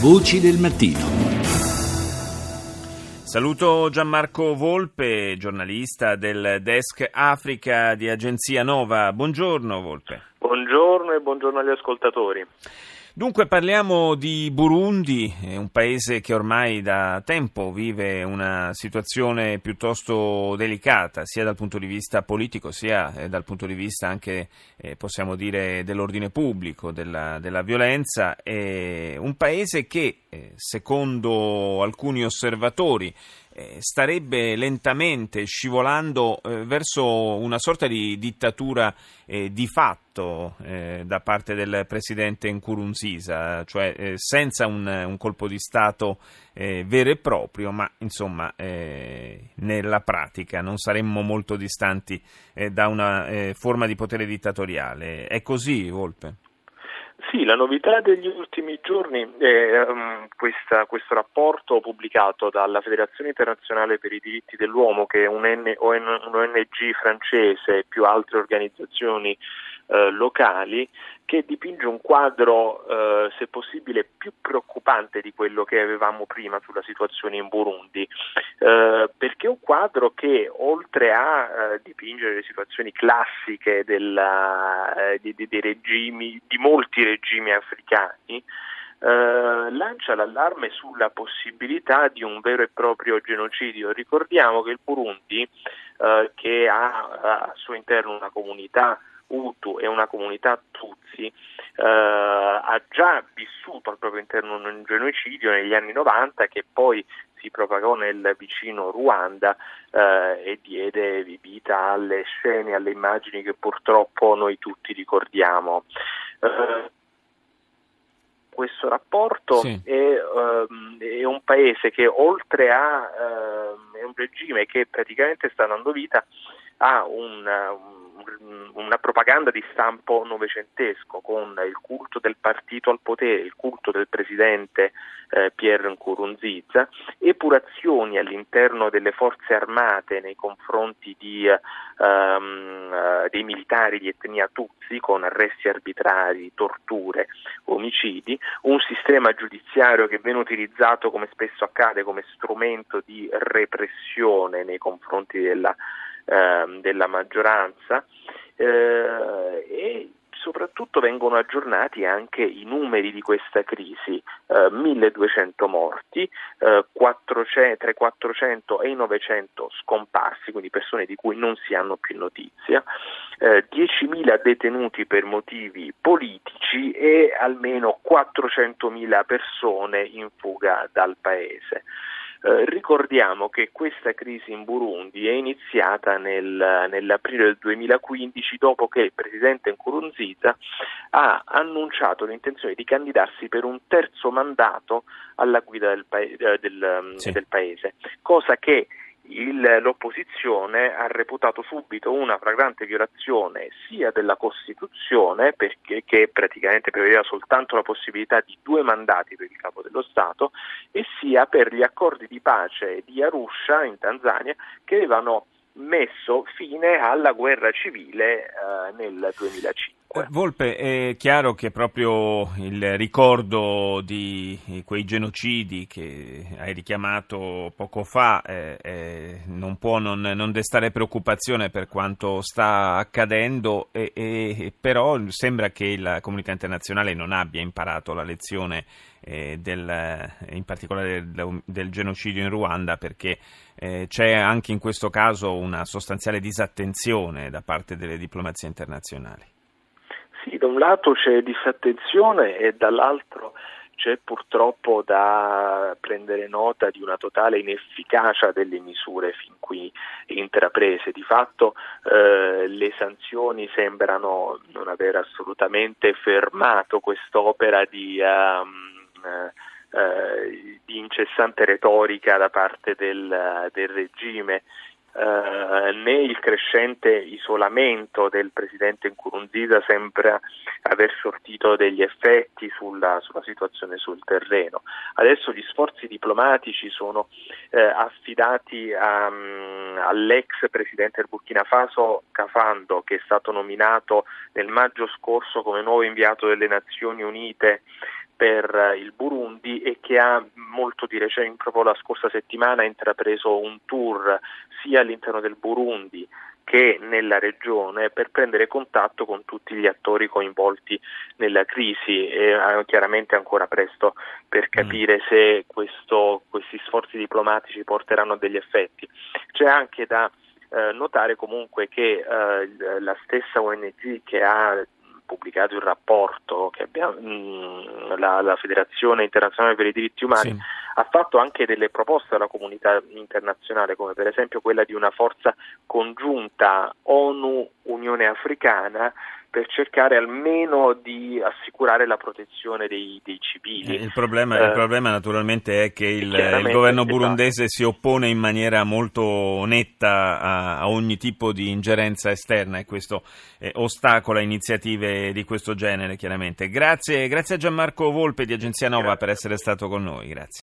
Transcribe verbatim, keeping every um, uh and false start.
Voci del mattino. Saluto Gianmarco Volpe, giornalista del Desk Africa di Agenzia Nova. Buongiorno Volpe. Buongiorno e buongiorno agli ascoltatori. Dunque parliamo di Burundi, un paese che ormai da tempo vive una situazione piuttosto delicata, sia dal punto di vista politico sia dal punto di vista anche, eh, possiamo dire, dell'ordine pubblico, della, della violenza. È un paese che, eh, secondo alcuni osservatori, eh, starebbe lentamente scivolando eh, verso una sorta di dittatura eh, di fatto eh, da parte del presidente Nkurunziza, cioè eh, senza un, un colpo di Stato eh, vero e proprio, ma insomma eh, nella pratica non saremmo molto distanti eh, da una eh, forma di potere dittatoriale. È così, Volpe? Sì, la novità degli ultimi giorni è um, questa, questo rapporto pubblicato dalla Federazione Internazionale per i Diritti dell'Uomo, che è un, N, un O N G francese e più altre organizzazioni eh, locali, che dipinge un quadro, eh, se possibile, più preoccupante di quello che avevamo prima sulla situazione in Burundi, eh, perché è un quadro che, oltre a eh, dipingere le situazioni classiche della, eh, di, di, dei regimi, di molti regimi africani, Uh, lancia l'allarme sulla possibilità di un vero e proprio genocidio. Ricordiamo che il Burundi, uh, che ha al suo interno una comunità Hutu e una comunità Tutsi, uh, ha già vissuto al proprio interno un genocidio negli anni novanta, che poi si propagò nel vicino Ruanda uh, e diede vita alle scene, alle immagini che purtroppo noi tutti ricordiamo. Uh, Questo rapporto sì. è, um, è un paese che, oltre a uh, è un regime che praticamente sta dando vita a un, um, una propaganda di stampo novecentesco, con il culto del partito al potere, il culto del presidente eh, Pierre Nkurunziza, epurazioni all'interno delle forze armate nei confronti di, um, uh, dei militari di etnia Tutsi, con arresti arbitrari, torture, omicidi, un sistema giudiziario che viene utilizzato, come spesso accade, come strumento di repressione nei confronti della, eh, della maggioranza, eh, e soprattutto vengono aggiornati anche i numeri di questa crisi: eh, milleduecento morti, eh, quattrocento, tra i quattrocento e i novecento scomparsi, quindi persone di cui non si hanno più notizia, eh, diecimila detenuti per motivi politici e almeno quattrocentomila persone in fuga dal paese. Eh, ricordiamo che questa crisi in Burundi è iniziata nel, nell'aprile del duemilaquindici, dopo che il presidente Nkurunziza ha annunciato l'intenzione di candidarsi per un terzo mandato alla guida del, pa- del, sì. del paese, cosa che Il, l'opposizione ha reputato subito una flagrante violazione sia della Costituzione, perché che praticamente prevedeva soltanto la possibilità di due mandati per il capo dello Stato, e sia per gli accordi di pace di Arusha in Tanzania, che avevano messo fine alla guerra civile eh, nel duemilacinque. Volpe, è chiaro che proprio il ricordo di quei genocidi che hai richiamato poco fa eh, eh, non può non, non destare preoccupazione per quanto sta accadendo, e, e, però sembra che la comunità internazionale non abbia imparato la lezione eh, del, in particolare del, del genocidio in Ruanda, perché eh, c'è anche in questo caso una sostanziale disattenzione da parte delle diplomazie internazionali. Sì, da un lato c'è disattenzione e dall'altro c'è purtroppo da prendere nota di una totale inefficacia delle misure fin qui intraprese. Di fatto eh, le sanzioni sembrano non aver assolutamente fermato quest'opera di, um, uh, di incessante retorica da parte del, del regime. Uh, né il crescente isolamento del presidente Nkurunziza sembra aver sortito degli effetti sulla, sulla situazione sul terreno. Adesso gli sforzi diplomatici sono uh, affidati a, um, all'ex presidente del Burkina Faso Kafando, che è stato nominato nel maggio scorso come nuovo inviato delle Nazioni Unite per il Burundi e che ha molto di recente, proprio la scorsa settimana, ha intrapreso un tour sia all'interno del Burundi che nella regione per prendere contatto con tutti gli attori coinvolti nella crisi. E chiaramente è ancora presto per capire mm. se questo, questi sforzi diplomatici porteranno a degli effetti. C'è anche da eh, notare comunque che eh, la stessa O N G che ha pubblicato il rapporto che abbiamo, mh, la, la Federazione Internazionale per i Diritti Umani, sì. ha fatto anche delle proposte alla comunità internazionale, come per esempio quella di una forza congiunta ONU-Unione Africana per cercare almeno di assicurare la protezione dei, dei civili. Il problema, eh, il problema naturalmente è che il, il governo burundese si oppone in maniera molto netta a, a ogni tipo di ingerenza esterna e questo eh, ostacola iniziative di questo genere chiaramente. Grazie, grazie a Gianmarco Volpe di Agenzia Nova grazie. per essere stato con noi. Grazie.